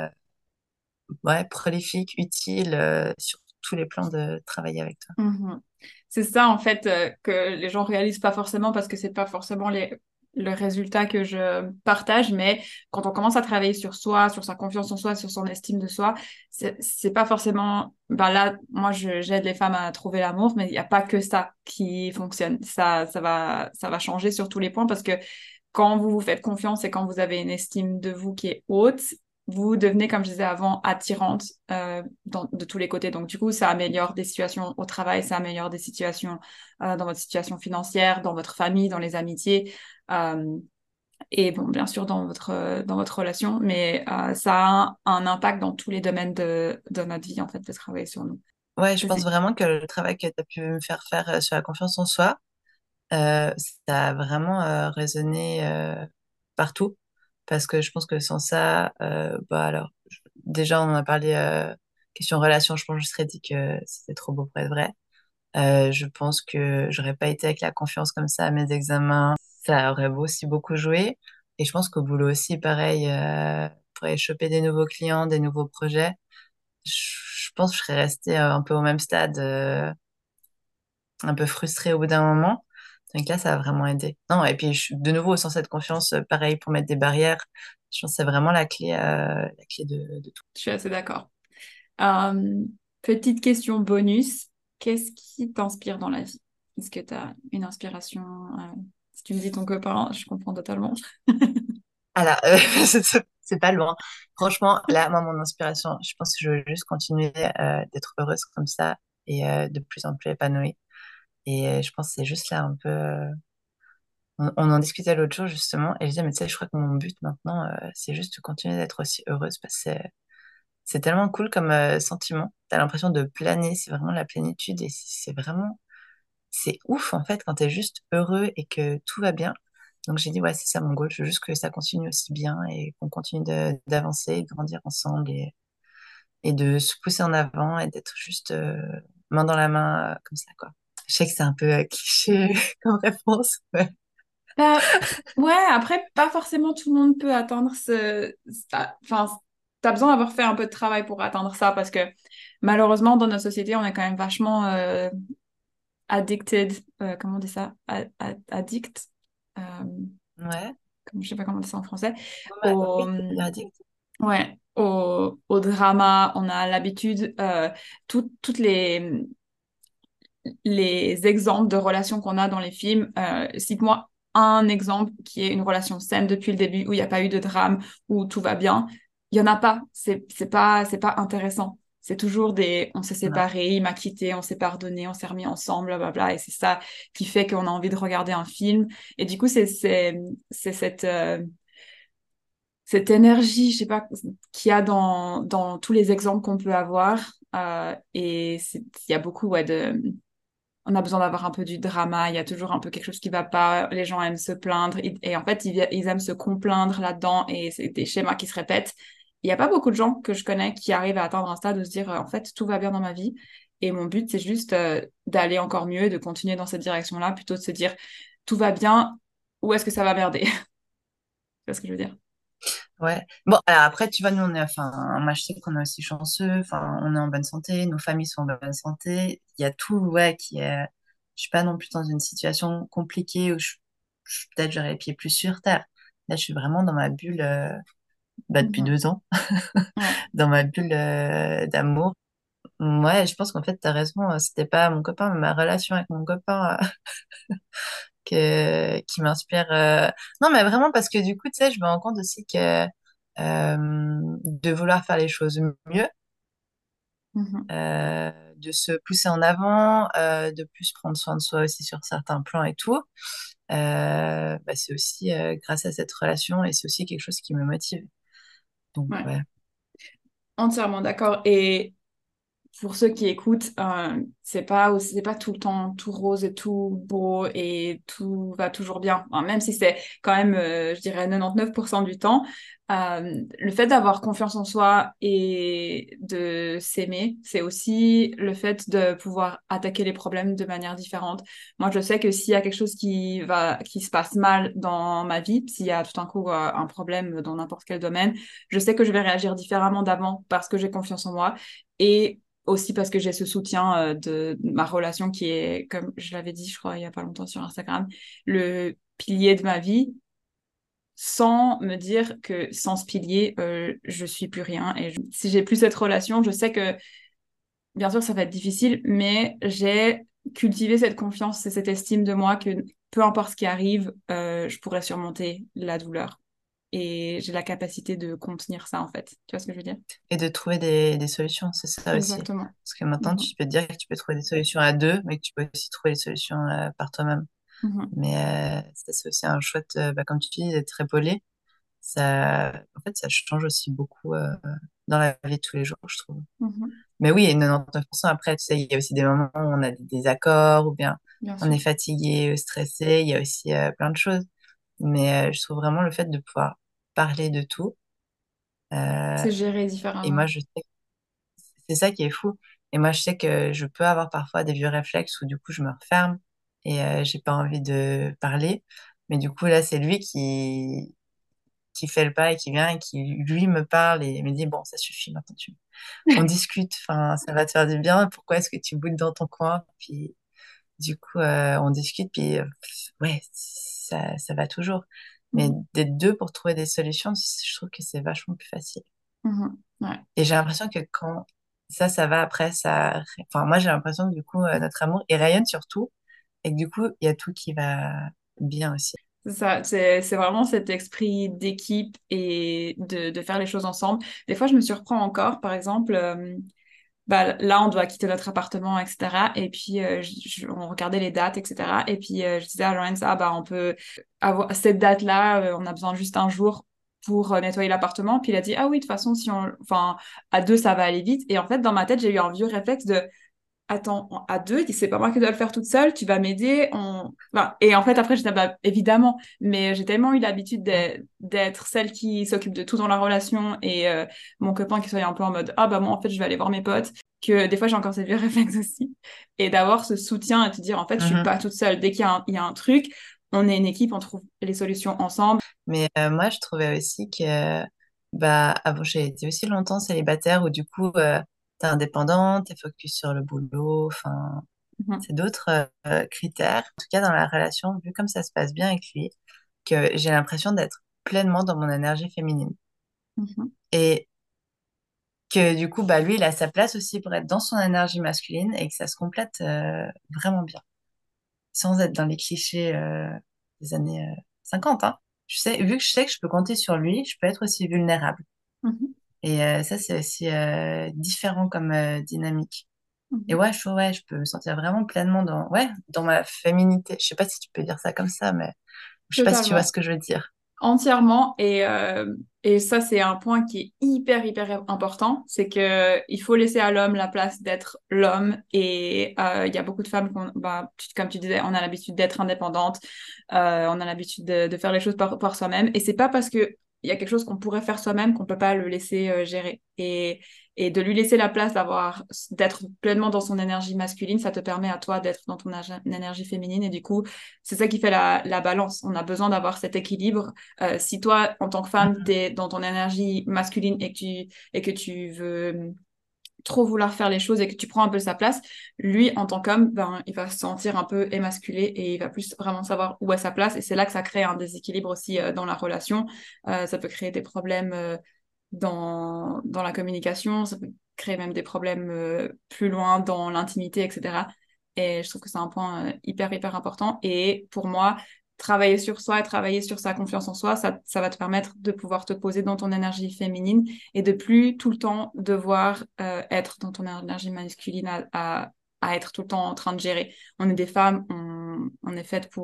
ouais, prolifique, utile sur tous les plans de travailler avec toi. Mhm. C'est ça en fait que les gens réalisent pas forcément parce que c'est pas forcément le résultat que je partage, mais quand on commence à travailler sur soi, sur sa confiance en soi, sur son estime de soi, c'est pas forcément. Ben là, moi, j'aide les femmes à trouver l'amour, mais il n'y a pas que ça qui fonctionne. Ça va changer sur tous les points parce que quand vous vous faites confiance et quand vous avez une estime de vous qui est haute, vous devenez, comme je disais avant, attirante de tous les côtés. Donc, du coup, ça améliore des situations au travail, ça améliore des situations dans votre situation financière, dans votre famille, dans les amitiés, euh, et bon, bien sûr, dans votre relation. Mais ça a un impact dans tous les domaines de notre vie, en fait, de travailler sur nous. Ouais, je Ça, pense c'est... vraiment que le travail que tu as pu me faire faire sur la confiance en soi, ça a vraiment résonné partout. Parce que je pense que sans ça, bah alors, déjà, on en a parlé, question relation, je pense que je serais dit que c'était trop beau pour être vrai. Je pense que j'aurais pas été avec la confiance comme ça à mes examens. Ça aurait aussi beaucoup joué. Et je pense qu'au boulot aussi, pareil, pour aller choper des nouveaux clients, des nouveaux projets, je pense que je serais restée un peu au même stade, un peu frustrée au bout d'un moment. Donc là, ça a vraiment aidé. Non, et puis je suis de nouveau au sens de confiance, pareil pour mettre des barrières. Je pense que c'est vraiment la clé de tout. Je suis assez d'accord. Euh, Petite question bonus, qu'est-ce qui t'inspire dans la vie? Est-ce que tu as une inspiration? Si tu me dis ton copain, je comprends totalement. Alors, c'est pas loin. Franchement, là, moi, mon inspiration, je pense que je veux juste continuer d'être heureuse comme ça et de plus en plus épanouie. Et je pense que c'est juste là un peu. On en discutait l'autre jour justement, et je disais, mais tu sais, je crois que mon but maintenant, c'est juste de continuer d'être aussi heureuse parce que c'est tellement cool comme sentiment. T'as l'impression de planer, c'est vraiment la plénitude et c'est vraiment, c'est ouf en fait quand t'es juste heureux et que tout va bien. Donc j'ai dit, ouais, c'est ça mon goal, je veux juste que ça continue aussi bien et qu'on continue d'avancer, de grandir ensemble et de se pousser en avant et d'être juste main dans la main comme ça, quoi. Je sais que c'est un peu cliché comme réponse, ouais. Bah, ouais, après, pas forcément tout le monde peut atteindre enfin, t'as besoin d'avoir fait un peu de travail pour atteindre ça parce que malheureusement, dans notre société, on est quand même vachement addicted, comment on dit ça? Addict, euh, Ouais. je sais pas comment on dit ça en français, au, Oui, ça veut dire addict. ouais, au drama. On a l'habitude, toutes les exemples de relations qu'on a dans les films. Cite-moi un exemple qui est une relation saine depuis le début, où il n'y a pas eu de drame, où tout va bien. Il y en a pas. C'est pas intéressant. C'est toujours des on s'est Non. séparés, il m'a quitté, on s'est pardonné, on s'est remis ensemble, blablabla. Et c'est ça qui fait qu'on a envie de regarder un film. Et du coup, c'est cette énergie, je sais pas, qu'il y a dans tous les exemples qu'on peut avoir. Il y a beaucoup ouais, on a besoin d'avoir un peu du drama, il y a toujours un peu quelque chose qui va pas, les gens aiment se plaindre, et en fait, ils aiment se complaindre là-dedans, et c'est des schémas qui se répètent. Il n'y a pas beaucoup de gens que je connais qui arrivent à atteindre un stade de se dire, en fait, tout va bien dans ma vie, et mon but, c'est juste d'aller encore mieux, de continuer dans cette direction-là, plutôt de se dire, tout va bien, où est-ce que ça va merder? Tu vois ce que je veux dire? Ouais. Bon, alors après, tu vois, nous, moi, je sais qu'on est aussi chanceux, enfin, on est en bonne santé, nos familles sont en bonne santé. Il y a tout, ouais, je suis pas non plus dans une situation compliquée où peut-être j'aurais les pieds plus sur terre. Là, je suis vraiment dans ma bulle, bah, depuis Mhm. 2 ans, Ouais. dans ma bulle, d'amour. Ouais, je pense qu'en fait, t'as raison, c'était pas mon copain, mais ma relation avec mon copain, qui m'inspire. Non, mais vraiment parce que du coup, tu sais, je me rends compte aussi que de vouloir faire les choses mieux, Mhm. de se pousser en avant, de plus prendre soin de soi aussi sur certains plans et tout, bah, c'est aussi grâce à cette relation et c'est aussi quelque chose qui me motive. Donc, Ouais. ouais. Entièrement d'accord. Et pour ceux qui écoutent, c'est pas tout le temps tout rose et tout beau et tout va toujours bien. Enfin, même si c'est quand même, je dirais, 99% du temps, le fait d'avoir confiance en soi et de s'aimer, c'est aussi le fait de pouvoir attaquer les problèmes de manière différente. Moi, je sais que s'il y a quelque chose qui se passe mal dans ma vie, s'il y a tout un coup un problème dans n'importe quel domaine, je sais que je vais réagir différemment d'avant parce que j'ai confiance en moi. Et aussi parce que j'ai ce soutien de ma relation qui est, comme je l'avais dit, je crois, il y a pas longtemps sur Instagram, le pilier de ma vie, sans me dire que sans ce pilier, je suis plus rien. Et si j'ai plus cette relation, je sais que, bien sûr, ça va être difficile, mais j'ai cultivé cette confiance et cette estime de moi que peu importe ce qui arrive, je pourrais surmonter la douleur. Et j'ai la capacité de contenir ça, en fait. Tu vois ce que je veux dire? Et de trouver des solutions, c'est ça aussi. Exactement. Parce que maintenant, Mhm. tu peux te dire que tu peux trouver des solutions à deux, mais que tu peux aussi trouver des solutions par toi-même. Mhm. Mais ça, c'est aussi un chouette, bah, comme tu dis, d'être épaulé. Ça, en fait, ça change aussi beaucoup dans la vie de tous les jours, je trouve. Mhm. Mais oui, et 99% après, tu sais, il y a aussi des moments où on a des désaccords ou bien Bien on sûr. est fatigué, stressé. Il y a aussi plein de choses. Mais je trouve vraiment le fait de pouvoir parler de tout. euh, C'est géré et moi, différemment. je sais que c'est ça qui est fou. Et moi, je sais que je peux avoir parfois des vieux réflexes où du coup, je me referme et j'ai pas envie de parler. Mais du coup, là, c'est lui qui fait le pas et qui vient et qui, lui, me parle et me dit, bon, ça suffit maintenant, on discute, enfin, ça va te faire du bien. Pourquoi est-ce que tu boudes dans ton coin? Puis, du coup, on discute, puis, ouais, ça va toujours. Mais Mhm. d'être deux pour trouver des solutions, je trouve que c'est vachement plus facile. Mhm. Ouais. Et j'ai l'impression que quand ça va après, ça... Enfin, moi, j'ai l'impression que du coup, notre amour, il rayonne sur tout, et que du coup, il y a tout qui va bien aussi. C'est ça, c'est vraiment cet esprit d'équipe et de faire les choses ensemble. Des fois, je me surprends encore, par exemple, bah, là, on doit quitter notre appartement, etc. Et puis, on regardait les dates, etc. Et puis, je disais à Lorenz, ah, bah, on peut avoir cette date-là, on a besoin juste un jour pour nettoyer l'appartement. Puis il a dit, ah oui, de toute façon, si on, enfin, à deux, ça va aller vite. Et en fait, dans ma tête, j'ai eu un vieux réflexe de, attends, à deux, c'est pas moi qui dois le faire toute seule, tu vas m'aider. Enfin, et en fait, après, j'étais, bah, évidemment, mais j'ai tellement eu l'habitude d'être celle qui s'occupe de tout dans la relation et mon copain qui soit un peu en mode, ah bah moi, en fait, je vais aller voir mes potes, que des fois, j'ai encore ces vieux réflexes aussi. Et d'avoir ce soutien et te dire, en fait, je suis Mhm. pas toute seule. Dès il y a un truc, on est une équipe, on trouve les solutions ensemble. Mais moi, je trouvais aussi que, bah, avant, j'ai été aussi longtemps célibataire où du coup, t'es indépendante, t'es focus sur le boulot, enfin, Mhm, c'est d'autres critères. En tout cas, dans la relation, vu comme ça se passe bien avec lui, que j'ai l'impression d'être pleinement dans mon énergie féminine. mhm. Et que du coup, bah, lui, il a sa place aussi pour être dans son énergie masculine et que ça se complète vraiment bien, sans être dans les clichés des années 50, hein. Vu que je sais que je peux compter sur lui, je peux être aussi vulnérable. Mhm, Et ça, c'est aussi différent comme dynamique. Et mhm. ouais, ouais, je peux me sentir vraiment pleinement dans ma féminité. Je sais pas si tu peux dire ça comme ça, mais je sais pas si tu vois ce Totalement. que je veux dire. Entièrement. Et ça, c'est un point qui est hyper, hyper important. C'est que il faut laisser à l'homme la place d'être l'homme. Et il y a beaucoup de femmes, bah, comme tu disais, on a l'habitude d'être indépendante. On a l'habitude de faire les choses par soi-même. Et c'est pas parce que il y a quelque chose qu'on pourrait faire soi-même qu'on peut pas le laisser gérer. Et de lui laisser la place d'être pleinement dans son énergie masculine, ça te permet à toi d'être dans ton énergie féminine. Et du coup, c'est ça qui fait la balance. On a besoin d'avoir cet équilibre. Si toi, en tant que femme, tu es dans ton énergie masculine et que tu veux trop vouloir faire les choses et que tu prends un peu sa place, lui, en tant qu'homme, ben, il va se sentir un peu émasculé et il va plus vraiment savoir où est sa place. Et c'est là que ça crée un déséquilibre aussi dans la relation. Ça peut créer des problèmes dans la communication, ça peut créer même des problèmes plus loin dans l'intimité, etc. Et je trouve que c'est un point hyper, hyper important. Et pour moi, travailler sur soi et travailler sur sa confiance en soi, ça va te permettre de pouvoir te poser dans ton énergie féminine et de plus tout le temps devoir être dans ton énergie masculine à être tout le temps en train de gérer. On est des femmes, on est faites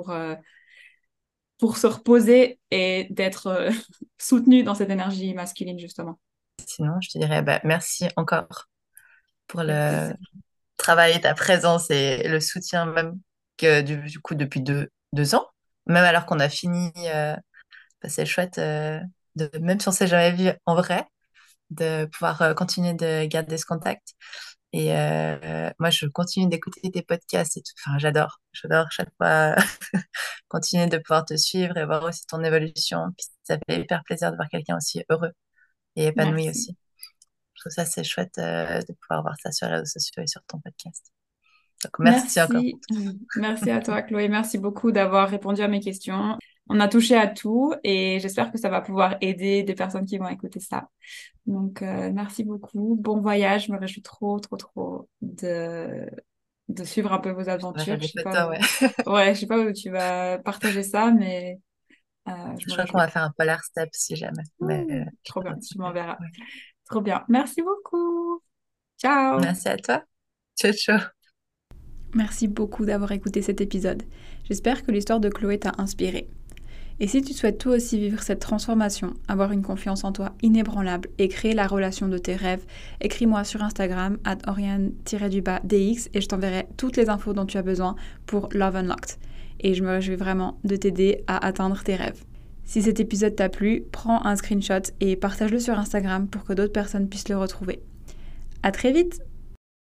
pour se reposer et d'être soutenues dans cette énergie masculine, justement. Sinon, je te dirais bah, merci encore pour Avec le plaisir. travail et ta présence et le soutien même que du coup depuis 2 ans, même alors qu'on a fini, bah, c'est chouette, même si on s'est jamais vu en vrai, de pouvoir continuer de garder ce contact. Et moi, je continue d'écouter tes podcasts et tout. Enfin, j'adore chaque fois continuer de pouvoir te suivre et voir aussi ton évolution. Puis ça fait hyper plaisir de voir quelqu'un aussi heureux et épanoui Merci. aussi. Je trouve ça c'est chouette de pouvoir voir ça sur les réseaux sociaux et sur ton podcast. Donc merci encore pour Merci. tout. Merci à toi, Chloé. Merci beaucoup d'avoir répondu à mes questions. On a touché à tout et j'espère que ça va pouvoir aider des personnes qui vont écouter ça. Donc, merci beaucoup. Bon voyage. Je me réjouis trop, trop, trop de suivre un peu vos Je te aventures. verrai des photos, ouais. Ouais, je sais pas où tu vas partager ça, mais je Je me crois qu'on va réjouis. faire un polar step si jamais. Mais je Trop peux bien. t'en Tu dire. m'enverras. Ouais. Trop bien. Merci beaucoup. Ciao. Merci à toi. Ciao, ciao. Merci beaucoup d'avoir écouté cet épisode. J'espère que l'histoire de Chloé t'a inspiré. Et si tu souhaites toi aussi vivre cette transformation, avoir une confiance en toi inébranlable et créer la relation de tes rêves, écris-moi sur Instagram @oriane-dx et je t'enverrai toutes les infos dont tu as besoin pour Love Unlocked. Et je me réjouis vraiment de t'aider à atteindre tes rêves. Si cet épisode t'a plu, prends un screenshot et partage-le sur Instagram pour que d'autres personnes puissent le retrouver. À très vite!